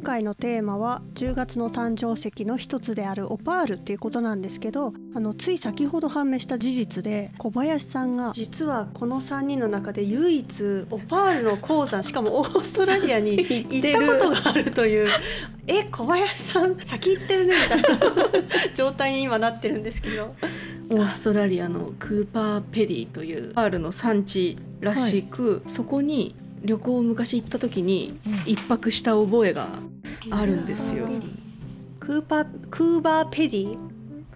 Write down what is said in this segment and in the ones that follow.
回のテーマは10月の誕生石の一つであるオパールっていうことなんですけど、つい先ほど判明した事実で、小林さんが実はこの3人の中で唯一オパールの鉱山、しかもオーストラリアに行ったことがあるという小林さん先行ってるねみたいな状態に今なってるんですけど、 オーストラリアのクーパーペディというパールの産地らしく、そこに旅行を昔行った時に一泊した覚えがあるんですよ。 クーバーペディ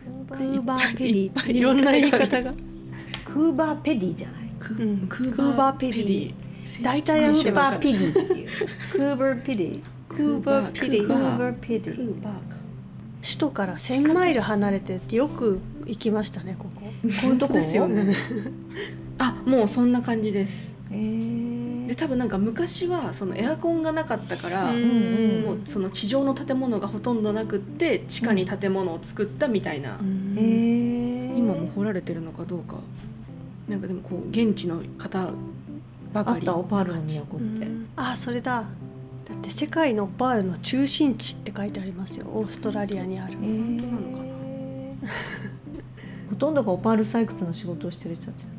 いろんな言い方がクーバーペディじゃない、 クーバーペディ大体やってました。 クーバーペディクーバーペディ首都から1000マイル離れてってよく行きましたね。ここ本当ですよね。 あ、もうそんな感じです。で多分なんか昔はそのエアコンがなかったから、もうその地上の建物がほとんどなくって地下に建物を作ったみたいな、今も掘られてるのかどうか、なんかでもこう現地の方ばかりあったオパールの都って、 あ、それだ。だって世界のオパールの中心地って書いてありますよ、オーストラリアにある。 本当なのかなほとんどがオパール採掘の仕事をしてる人たち。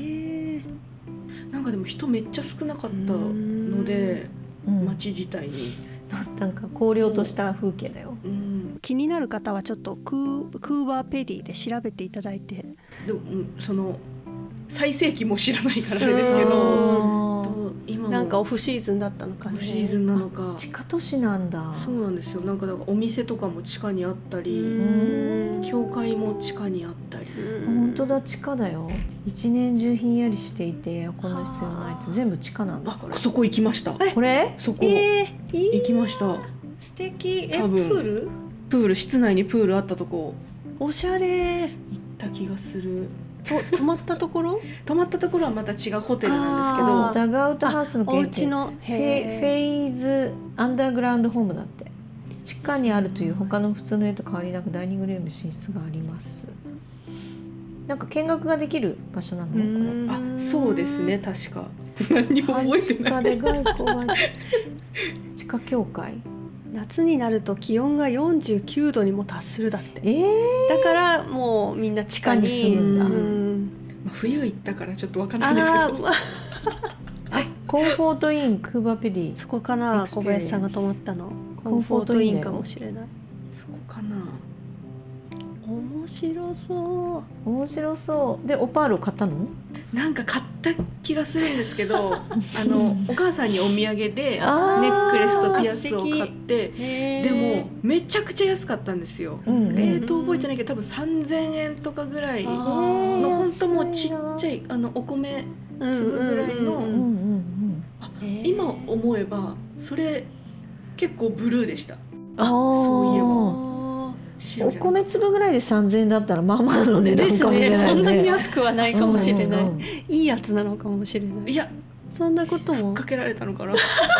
なんかでも人めっちゃ少なかったので、街自体になんか荒涼とした風景だよ。 気になる方はちょっとクーバーペディで調べていただいて。 でもその最盛期も知らないからあれですけど、今なんかオフシーズンだったのかね。 オフシーズンなのか。 地下都市なんだ。 そうなんですよ。なんかだからお店とかも地下にあったり、教会も地下にあったり。 本当だ、地下だよ。一年中ひんやりしていてエアコンの必要ないって全部地下なんだ。 あ、そこ行きました。 これ？ そこ行きました。 素敵。 多分プール室内にプールあったとこ。 おしゃれ。 行った気がする。 泊まったところ？ 泊まったところはまた違うホテルなんですけど、 ダグアウトハウスのお家のフェイズアンダーグラウンドホームだって。地下にあるという他の普通の家と変わりなくダイニングルーム寝室があります。なんか見学ができる場所なのこれ。 あ、そうですね、確か。何も覚えてない。 地下で外交は地下教会。 夏になると気温が49度にも達するだって。だからもうみんな地下に住むんだ。 冬行ったからちょっと分かんないですけど。 コンフォートインクーバーペディ。 そこかな、小林さんが泊まったの。コンフォートインかもしれない。 そこかな。 面白そう。 面白そう。でオパールを買ったの？ なんか買った気がするんですけど、お母さんにお土産でネックレスとピアスを買って、でもめちゃくちゃ安かったんですよ。覚えてないけど多分3000円とかぐらいの本当もうちっちゃいお米粒ぐらいの。今思えばそれ結構ブルーでした。そういえば。 お米粒ぐらいで3000円だったらまあまあの値段かもしれないね。 そんなに安くはないかもしれない。いいやつなのかもしれない。 いや、 そんなこともかけられたのかな。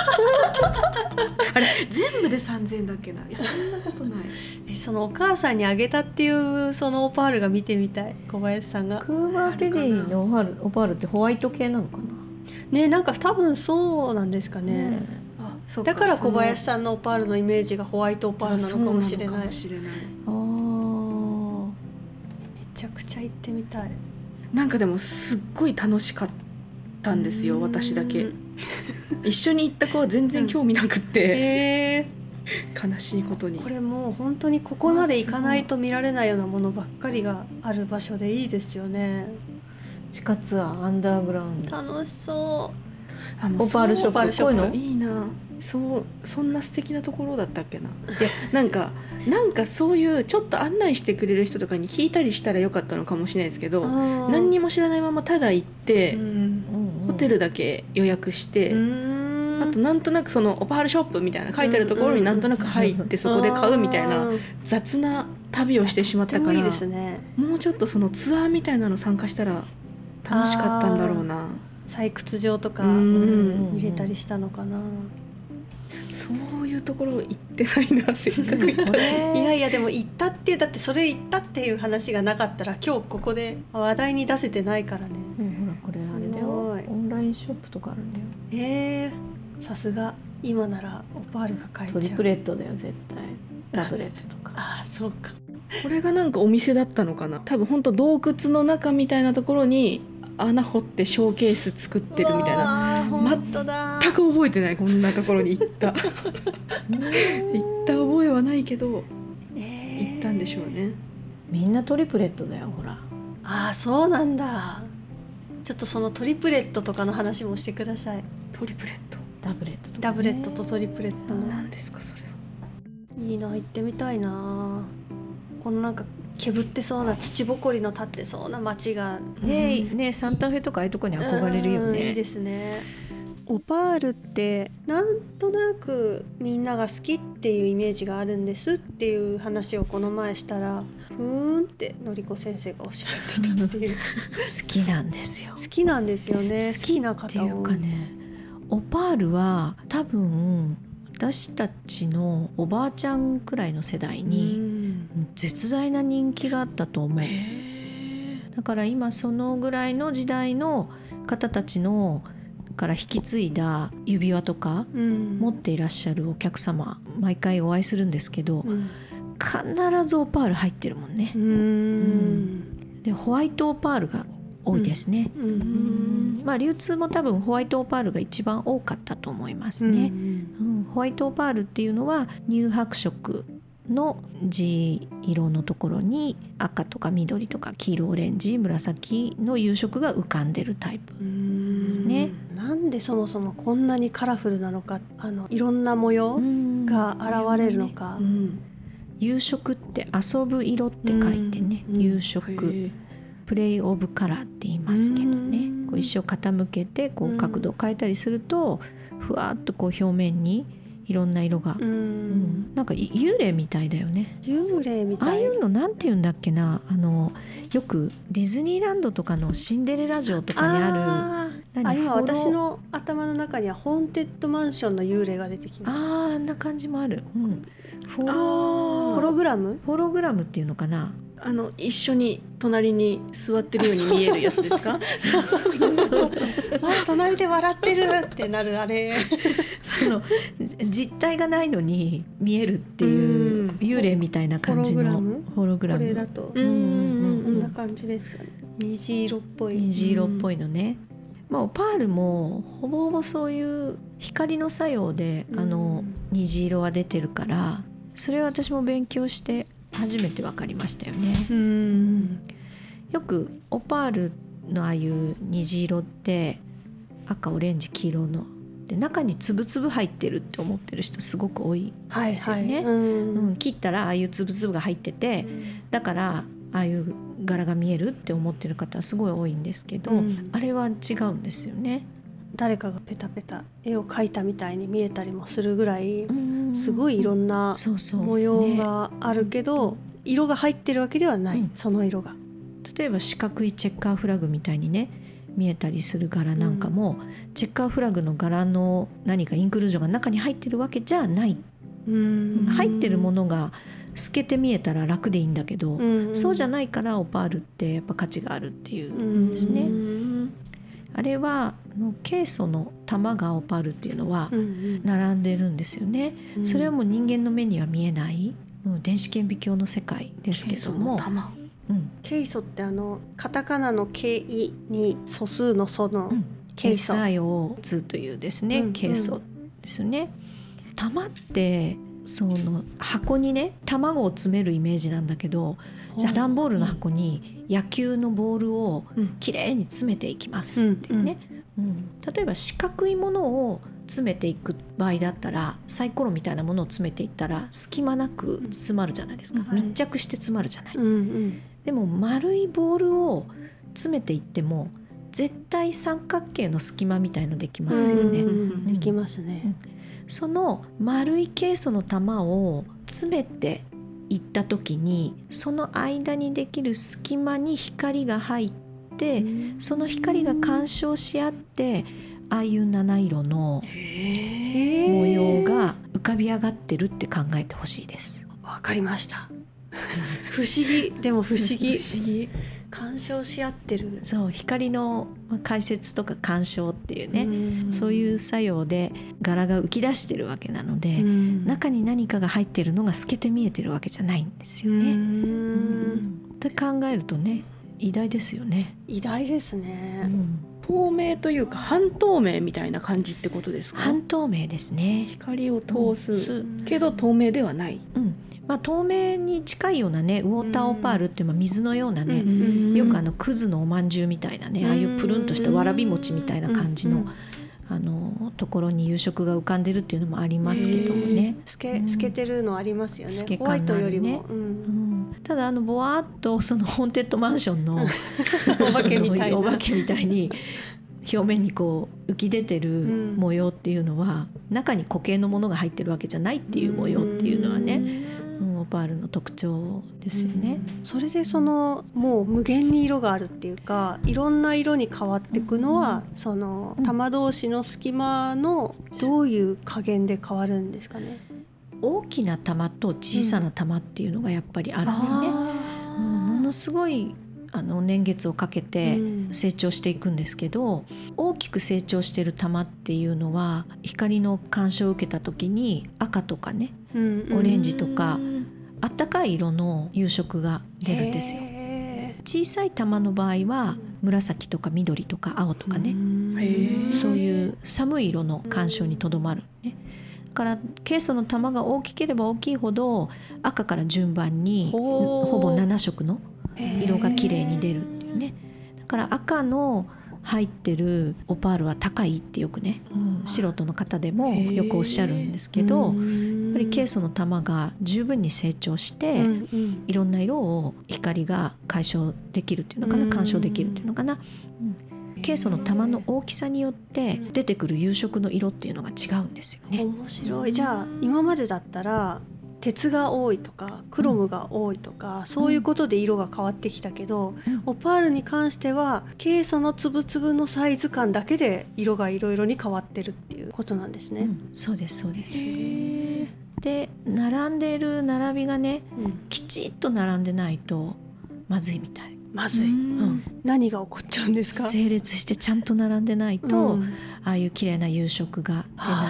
あれ全部で3000円だっけな。いや、そんなことない。 そのお母さんにあげたっていうそのオパールが見てみたい。小林さんがクーバーペディのオパールってホワイト系なのかなね。なんか多分そうなんですかね。だから小林さんのオパールのイメージがホワイトオパールなのかもしれない。めちゃくちゃ行ってみたい。 なんかでもすっごい楽しかったんですよ、私だけ。一緒に行った子は全然興味なくって、悲しいことに。 これもう本当にここまで行かないと見られないようなものばっかりがある場所でいいですよね。 地下ツアーアンダーグラウンド。 楽しそう。 オパールショップ。 こういうのいいな。そんな素敵なところだったっけな。いや、なんかそういうちょっと案内してくれる人とかに聞いたりしたらよかったのかもしれないですけど、何にも知らないままただ行って、ホテルだけ予約して、あとなんとなくそのオパールショップみたいな書いてあるところになんとなく入ってそこで買うみたいな雑な旅をしてしまったから、 いいですね。 もうちょっとそのツアーみたいなの参加したら楽しかったんだろうな。 採掘場とか見れたりしたのかな。 そういうところ行ってないな、せっかく行った。 いやいや、でも行ったって、だってそれ行ったっていう話がなかったら今日ここで話題に出せてないからね。 ほらこれあれだよ、オンラインショップとかあるんだよ。 さすが今ならオパールが買えちゃう。 トリプレットだよ絶対。ダブレットとか。 ああそうか。 これがなんかお店だったのかな。多分本当洞窟の中みたいなところに穴掘ってショーケース作ってるみたいな。 本当だ。 全く覚えてない。こんなところに行った行った覚えはないけど、行ったんでしょうね。 みんなトリプレットだよほら。 ああそうなんだ。ちょっとそのトリプレットとかの話もしてください。 トリプレット、 ダブレットとかね、 ダブレットとトリプレットの。 何ですかそれは。 いいな、行ってみたいな。このなんかけぶってそうな土ぼこりの立ってそうな街がねえサンタフェとかああいうとこに憧れるよね。 いいですね。オパールってなんとなくみんなが好きっていうイメージがあるんですっていう話をこの前したら、ふーんってのりこ先生がおっしゃってたっていう好きなんですよ。 好きなんですよね。好きなって方いうかね、オパールは多分私たちのおばあちゃんくらいの世代に絶大な人気があったと思う。だから今そのぐらいの時代の方たちのから引き継いだ指輪とか持っていらっしゃるお客様、毎回お会いするんですけど、必ずオパール入ってるもんね。でホワイトオパールが多いですね。まあ流通も多分ホワイトオパールが一番多かったと思いますね。ホワイトオパールっていうのは乳白色の地色のところに赤とか緑とか黄色、オレンジ、紫の釉色が浮かんでるタイプですね。 なんでそもそもこんなにカラフルなのか、いろんな模様が現れるのか。 釉色って遊ぶ色って書いてね、釉色、プレイオブカラーって言いますけどね、こう石を傾けてこう角度を変えたりすると、ふわっとこう表面にいろんな色が、なんか幽霊みたいだよね。 幽霊みたい。 ああいうのなんて言うんだっけな、よくディズニーランドとかのシンデレラ城とかにある、 今私の頭の中にはホーンテッドマンションの幽霊が出てきました。 あんな感じもある、 ホログラムっていうのかな。 一緒に隣に座ってるように見えるやつですか？ 隣で笑ってるってなるあれ。 その実体がないのに見えるっていう幽霊みたいな感じのホログラム。 これだとこんな感じですかね。虹色っぽいのね。まあ、オパールもほぼほぼそういう光の作用で虹色は出てるから、それは私も勉強して初めて分かりましたよね。よくオパールのああいう虹色って赤、オレンジ、黄色ので中につぶつぶ入ってるって思ってる人すごく多いですよね。切ったらああいうつぶつぶが入ってて、だからああいう柄が見えるって思ってる方はすごい多いんですけど、あれは違うんですよね。 誰かがペタペタ絵を描いたみたいに見えたりもするぐらい、すごいいろんな模様があるけど、色が入ってるわけではない、その色が。 例えば四角いチェッカーフラグみたいにね見えたりする柄なんかも、チェッカーフラグの柄の何かインクルージョンが中に入ってるわけじゃない。入ってるものが透けて見えたら楽でいいんだけど、そうじゃないからオパールってやっぱ価値があるっていうんですね。あれはケイ素の玉がオパールっていうのは並んでるんですよね。それはもう人間の目には見えない電子顕微鏡の世界ですけども、 ケイ素ってカタカナのケイに素数の素のケイ素、 SiO2 というですね、ケイ素ですね。玉ってその箱にね卵を詰めるイメージなんだけど、じゃあ段ボールの箱に野球のボールをきれいに詰めていきますっていうね、例えば四角いものを詰めていく場合だったら、サイコロみたいなものを詰めていったら隙間なく詰まるじゃないですか、密着して詰まるじゃない、でも丸いボールを詰めていっても絶対三角形の隙間みたいのできますよね。 できますね。 その丸いケイ素の玉を詰めていった時に、その間にできる隙間に光が入って、その光が干渉し合ってああいう七色の模様が浮かび上がってるって考えてほしいです。 わかりました。 不思議、でも不思議不思議、 干渉し合ってる。 そう、光の解説とか干渉っていうね、そういう作用で柄が浮き出してるわけなので、中に何かが入ってるのが透けて見えてるわけじゃないんですよね。と考えるとね、偉大ですよね。 偉大ですね。 透明というか半透明みたいな感じってことですか？ 半透明ですね。 光を通す、けど透明ではない。 透明に近いようなね、ウォーターオパールっていう水のようなね、よくクズのおまんじゅうみたいなね、ああいうプルンとしたわらび餅みたいな感じの、ところに夕食が浮かんでるっていうのもありますけどもね。 透けてるのありますよね。 透けホワイト感のあるね。 よりも。 ただボワーっとそのホーンテッドマンションのお化けみたいなお化けみたいに表面にこう浮き出てる模様っていうのは、中に固形のものが入ってるわけじゃないっていう模様っていうのはね、オパールの特徴ですよね。 それでもう無限に色があるっていうか、いろんな色に変わっていくのは、その玉同士の隙間のどういう加減で変わるんですかね。 大きな玉と小さな玉っていうのがやっぱりあるんだよね。ものすごい年月をかけて成長していくんですけど、大きく成長している玉っていうのは光の干渉を受けた時に赤とかね、オレンジとかあったかい色の夕食が出るんですよ。小さい玉の場合は紫とか緑とか青とかね、そういう寒い色の干渉にとどまるね。だからケイ素の玉が大きければ大きいほど赤から順番にほぼ7色の色が綺麗に出るっていうね。だから赤の入ってるオパールは高いってよくね、素人の方でもよくおっしゃるんですけど、やっぱりケイ素の玉が十分に成長して、いろんな色を光が解消できるっていうのかな、干渉できるっていうのかな。ケイ素の玉の大きさによって出てくる夕食の色っていうのが違うんですよね。 面白い。じゃあ今までだったら鉄が多いとかクロムが多いとか、そういうことで色が変わってきたけど、オパールに関してはケイ素の粒々のサイズ感だけで色がいろいろに変わってるっていうことなんですね。 そうですそうです。で並んでいる並びがね、きちっと並んでないとまずいみたい。 まずい、何が起こっちゃうんですか？ 整列してちゃんと並んでないと、ああいう綺麗な夕食が出ない。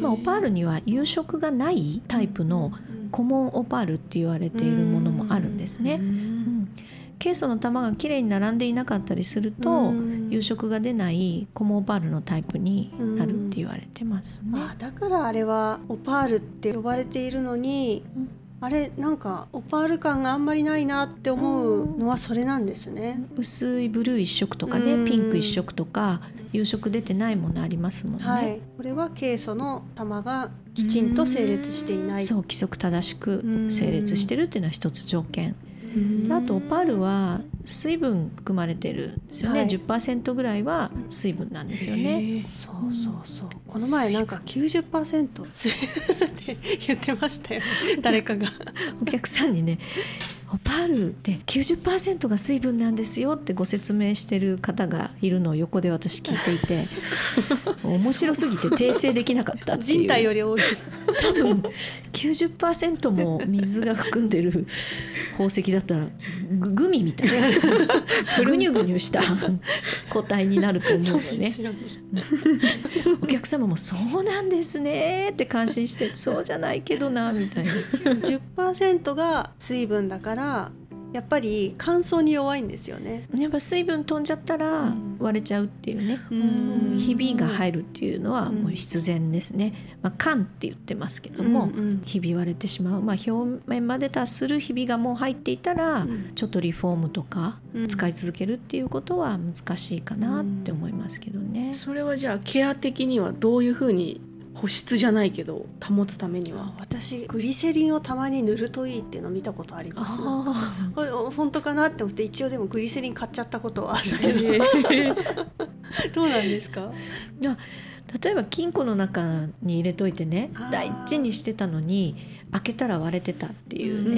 オパールには夕食がないタイプのコモンオパールって言われているものもあるんですね。ケイ素の玉が綺麗に並んでいなかったりすると、夕食が出ないコモンオパールのタイプになるって言われてますね。 だからあれはオパールって呼ばれているのに、あれなんかオパール感があんまりないなって思うのはそれなんですね。 薄いブルー一色とかね、ピンク一色とか夕食出てないものありますもんね。 これはケイ素の玉がきちんと整列していない。 そう、規則正しく整列してるっていうのは一つ条件。あとオパールは水分含まれてるんですよね。10% ぐらいは水分なんですよね。 そうそうそう。この前なんか 90% って言ってましたよ、誰かが。 お客さんにね、オパールって 90% が水分なんですよってご説明してる方がいるのを横で私聞いていて面白すぎて訂正できなかったっていう。 人体より多い。 多分 90% も水が含んでる宝石だったらグミみたいなぐにゅぐにゅした固体になると思うとね。お客様もそうなんですねって感心して、そうじゃないけどなみたいな。 10% が水分だからやっぱり乾燥に弱いんですよね。 やっぱ水分飛んじゃったら割れちゃうっていうね、ひびが入るっていうのはもう必然ですね。缶って言ってますけども、ひび割れてしまう、表面まで達するひびがもう入っていたら、ちょっとリフォームとか使い続けるっていうことは難しいかなって思いますけどね。 それはじゃあケア的にはどういうふうに保湿じゃないけど保つためには？ 私グリセリンをたまに塗るといいっていうのを見たことあります。これ本当かなって思って一応でもグリセリン買っちゃったことはあるけどどうなんですか？ 例えば金庫の中に入れといてね、大事にしてたのに開けたら割れてたっていうね、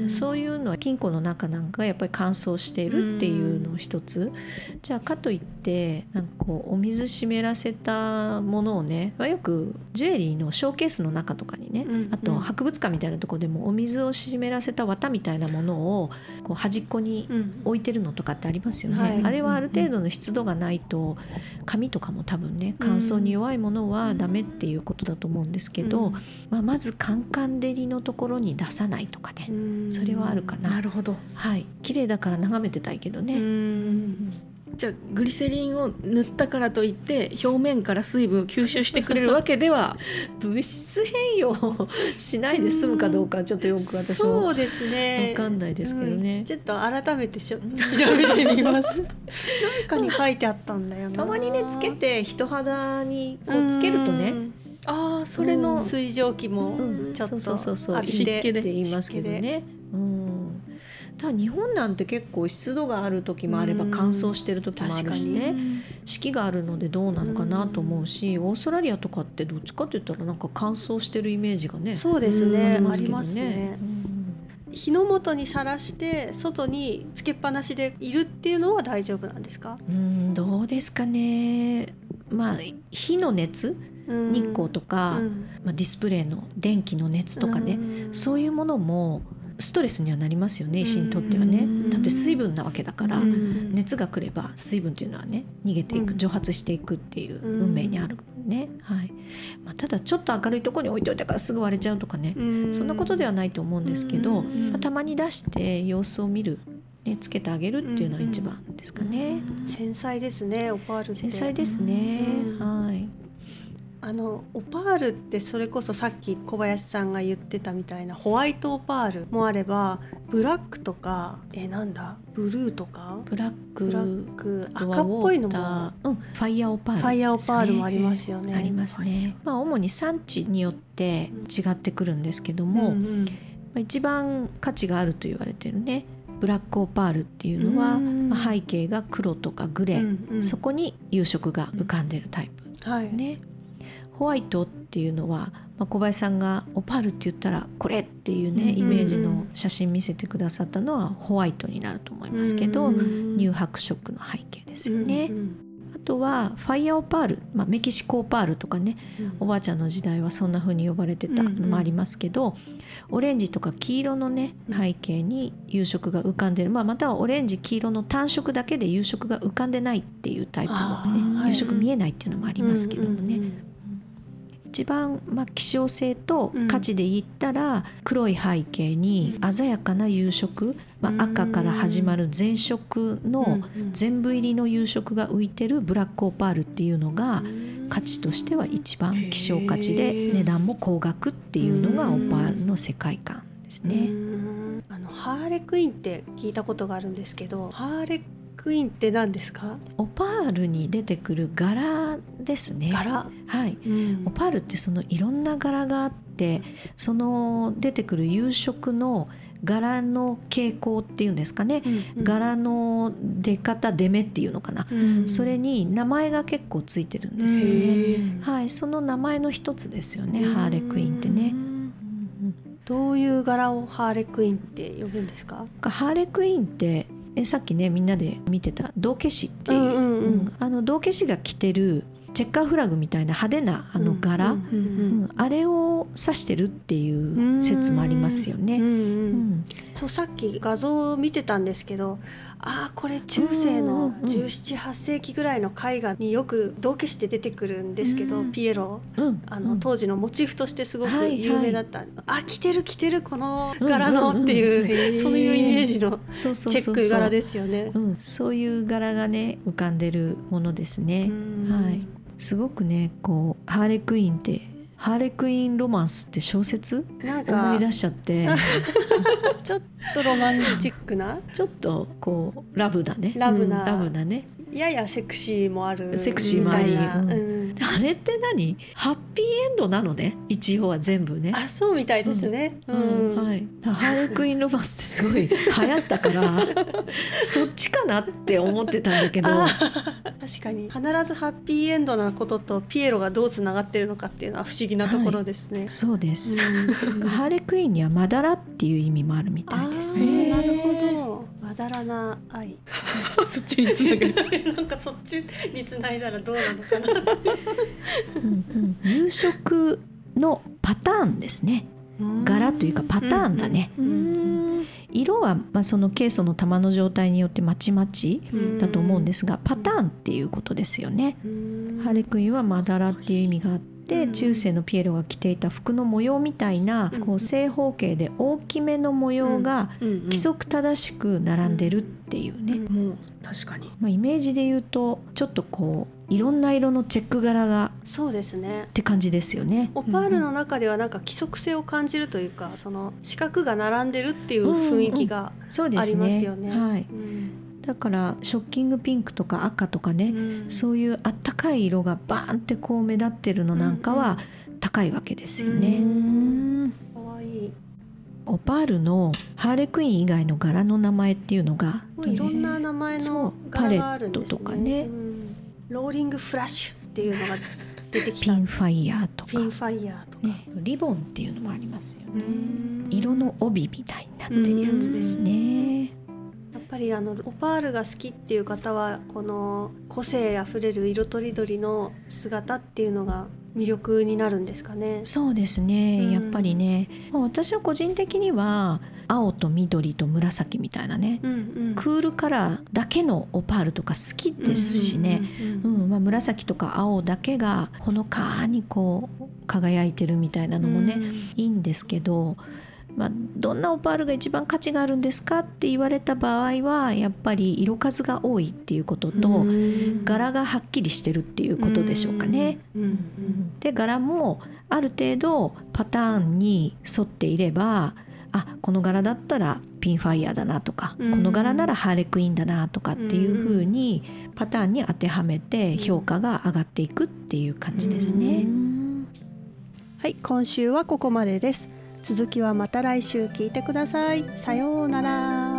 そういうのは金庫の中なんかがやっぱり乾燥しているっていうのを一つ。じゃあかといってなんかこうお水湿らせたものをね、よくジュエリーのショーケースの中とかにね、あと博物館みたいなところでもお水を湿らせた綿みたいなものをこう端っこに置いてるのとかってありますよね、あれはある程度の湿度がないと紙とかも多分ね乾燥に弱いものはダメっていうことだと思うんですけど、まずカンカン照りのところに出さないとかね、それはあるかな。 なるほど。 はい、綺麗だから眺めてたいけどね。 じゃあグリセリンを塗ったからといって表面から水分を吸収してくれるわけでは物質変容しないで済むかどうかちょっとよく私もそうですね、 分かんないですけどね、 ちょっと改めて調べてみますなんかに書いてあったんだよな。 たまにねつけて人肌にこうつけるとね、 それの水蒸気もちょっと浴び湿て気でって言いますけどね。ただ日本なんて結構湿度がある時もあれば乾燥してる時もあるしね、四季があるのでどうなのかなと思うし、オーストラリアとかってどっちかって言ったらなんか乾燥してるイメージがね。 そうですね、ありけどますね。日の元にさらして外につけっぱなしでいるっていうのは大丈夫なんですか？ どうですかね。火の熱、日光とか、ディスプレイの電気の熱とかね、そういうものもストレスにはなりますよね、石にとってはね。だって水分なわけだから、熱が来れば水分っていうのはね逃げていく、蒸発していくっていう運命にあるね。ただちょっと明るいところに置いといたからすぐ割れちゃうとかね、そんなことではないと思うんですけど、たまに出して様子を見る、つけてあげるっていうのは一番ですかね。 繊細ですね、オパールって。 繊細ですね。 オパールってそれこそさっき小林さんが言ってたみたいなホワイトオパールもあれば、ブラックとかブルーとかブラック赤っぽいのも、 ファイヤーオパール、 ファイヤーオパールもありますよね。 ありますね。主に産地によって違ってくるんですけども、一番価値があると言われてるねブラックオパールっていうのは、背景が黒とかグレー、そこに釉色が浮かんでるタイプですね。ホワイトっていうのは、小林さんがオパールって言ったらこれっていうね、イメージの写真見せてくださったのはホワイトになると思いますけど、乳白色の背景ですよね。あとはファイヤーオパール、メキシコオパールとかね、おばあちゃんの時代はそんな風に呼ばれてたのもありますけど、オレンジとか黄色のね背景に釉色が浮かんでる、またはオレンジ黄色の単色だけで釉色が浮かんでないっていうタイプもね、釉色見えないっていうのもありますけどもね、一番希少性と価値で言ったら、黒い背景に鮮やかな釉色、赤から始まる全色の全部入りの釉色が浮いてるブラックオパールっていうのが価値としては一番希少価値で、値段も高額っていうのがオパールの世界観ですね。 ハーレクイーンって聞いたことがあるんですけど、ハーレクイーンって何ですか？ オパールに出てくる柄ですね。 柄、 オパールってそのいろんな柄があって、その出てくる釉色の柄の傾向っていうんですかね、柄の出方、出目っていうのかな、それに名前が結構ついてるんですよね。その名前の一つですよね、ハーレクイーンってね。 どういう柄をハーレクイーンって呼ぶんですか？ ハーレクイーンってさっきねみんなで見てた道化師っていう、道化師が着てるチェッカーフラグみたいな派手な柄、あれを指してるっていう説もありますよね。 そう、さっき画像を見てたんですけど、これ中世の17、8世紀ぐらいの絵画によく道化師って出てくるんですけど、ピエロ、当時のモチーフとしてすごく有名だった、着てるこの柄のっていう、そういうイメージのチェック柄ですよね。 そういう柄がね浮かんでるものですね。すごくねこうハーレクイーンってハーレクイーンロマンスって小説思い出しちゃってちょっとロマンチックなちょっとこうラブだね、 ラブなねややセクシーもあるみたいな。 セクシーもあり、 あれって何ハッピーエンドなのね、一応は全部ね。 あ、そうみたいですね。 はい、ハーレクインロマンスってすごい流行ったからそっちかなって思ってたんだけど確かに必ずハッピーエンドなこととピエロがどうつながってるのかっていうのは不思議なところですね。 そうです、ハーレクインにはまだらっていう意味もあるみたいですね。 なるほど、まだらな愛そっちにつなぐなんかそっちにつないだらどうなのかな夕食のパターンですね。柄というかパターンだね。色はそのケイ素の玉の状態によってまちまちだと思うんですが、パターンっていうことですよね。ハーレクインはまだらっていう意味があって、中世のピエロが着ていた服の模様みたいなこう正方形で大きめの模様が規則正しく並んでるっていうね。 もう確かに、 イメージで言うとちょっとこういろんな色のチェック柄がそうですねって感じですよね。 オパールの中ではなんか規則性を感じるというか、その四角が並んでるっていう雰囲気がありますよね。 はい、だからショッキングピンクとか赤とかね、そういうあったかい色がバーンってこう目立ってるのなんかは高いわけですよね。 かわいい。 オパールのハーレクイン以外の柄の名前っていうのがいろんな名前の柄があるんですね。 パレットとかね、 ローリングフラッシュっていうのが出てきた。 ピンファイヤーとか、 ピンファイヤーとか、 リボンっていうのもありますよね。色の帯みたいになってるやつですね。 やっぱりオパールが好きっていう方はこの個性あふれる色とりどりの姿っていうのが魅力になるんですかね。 そうですね、やっぱりね、私は個人的には青と緑と紫みたいなね、クールカラーだけのオパールとか好きですしね、紫とか青だけがほのかにこう輝いてるみたいなのもね、いいんですけど、どんなオパールが一番価値があるんですかって言われた場合はやっぱり色数が多いっていうことと、柄がはっきりしてるっていうことでしょうかね。で柄もある程度パターンに沿っていれば、この柄だったらピンファイヤーだなとか、この柄ならハーレクインだなとかっていう風にパターンに当てはめて評価が上がっていくっていう感じですね。 はい、今週はここまでです。続きはまた来週聞いてください。さようなら。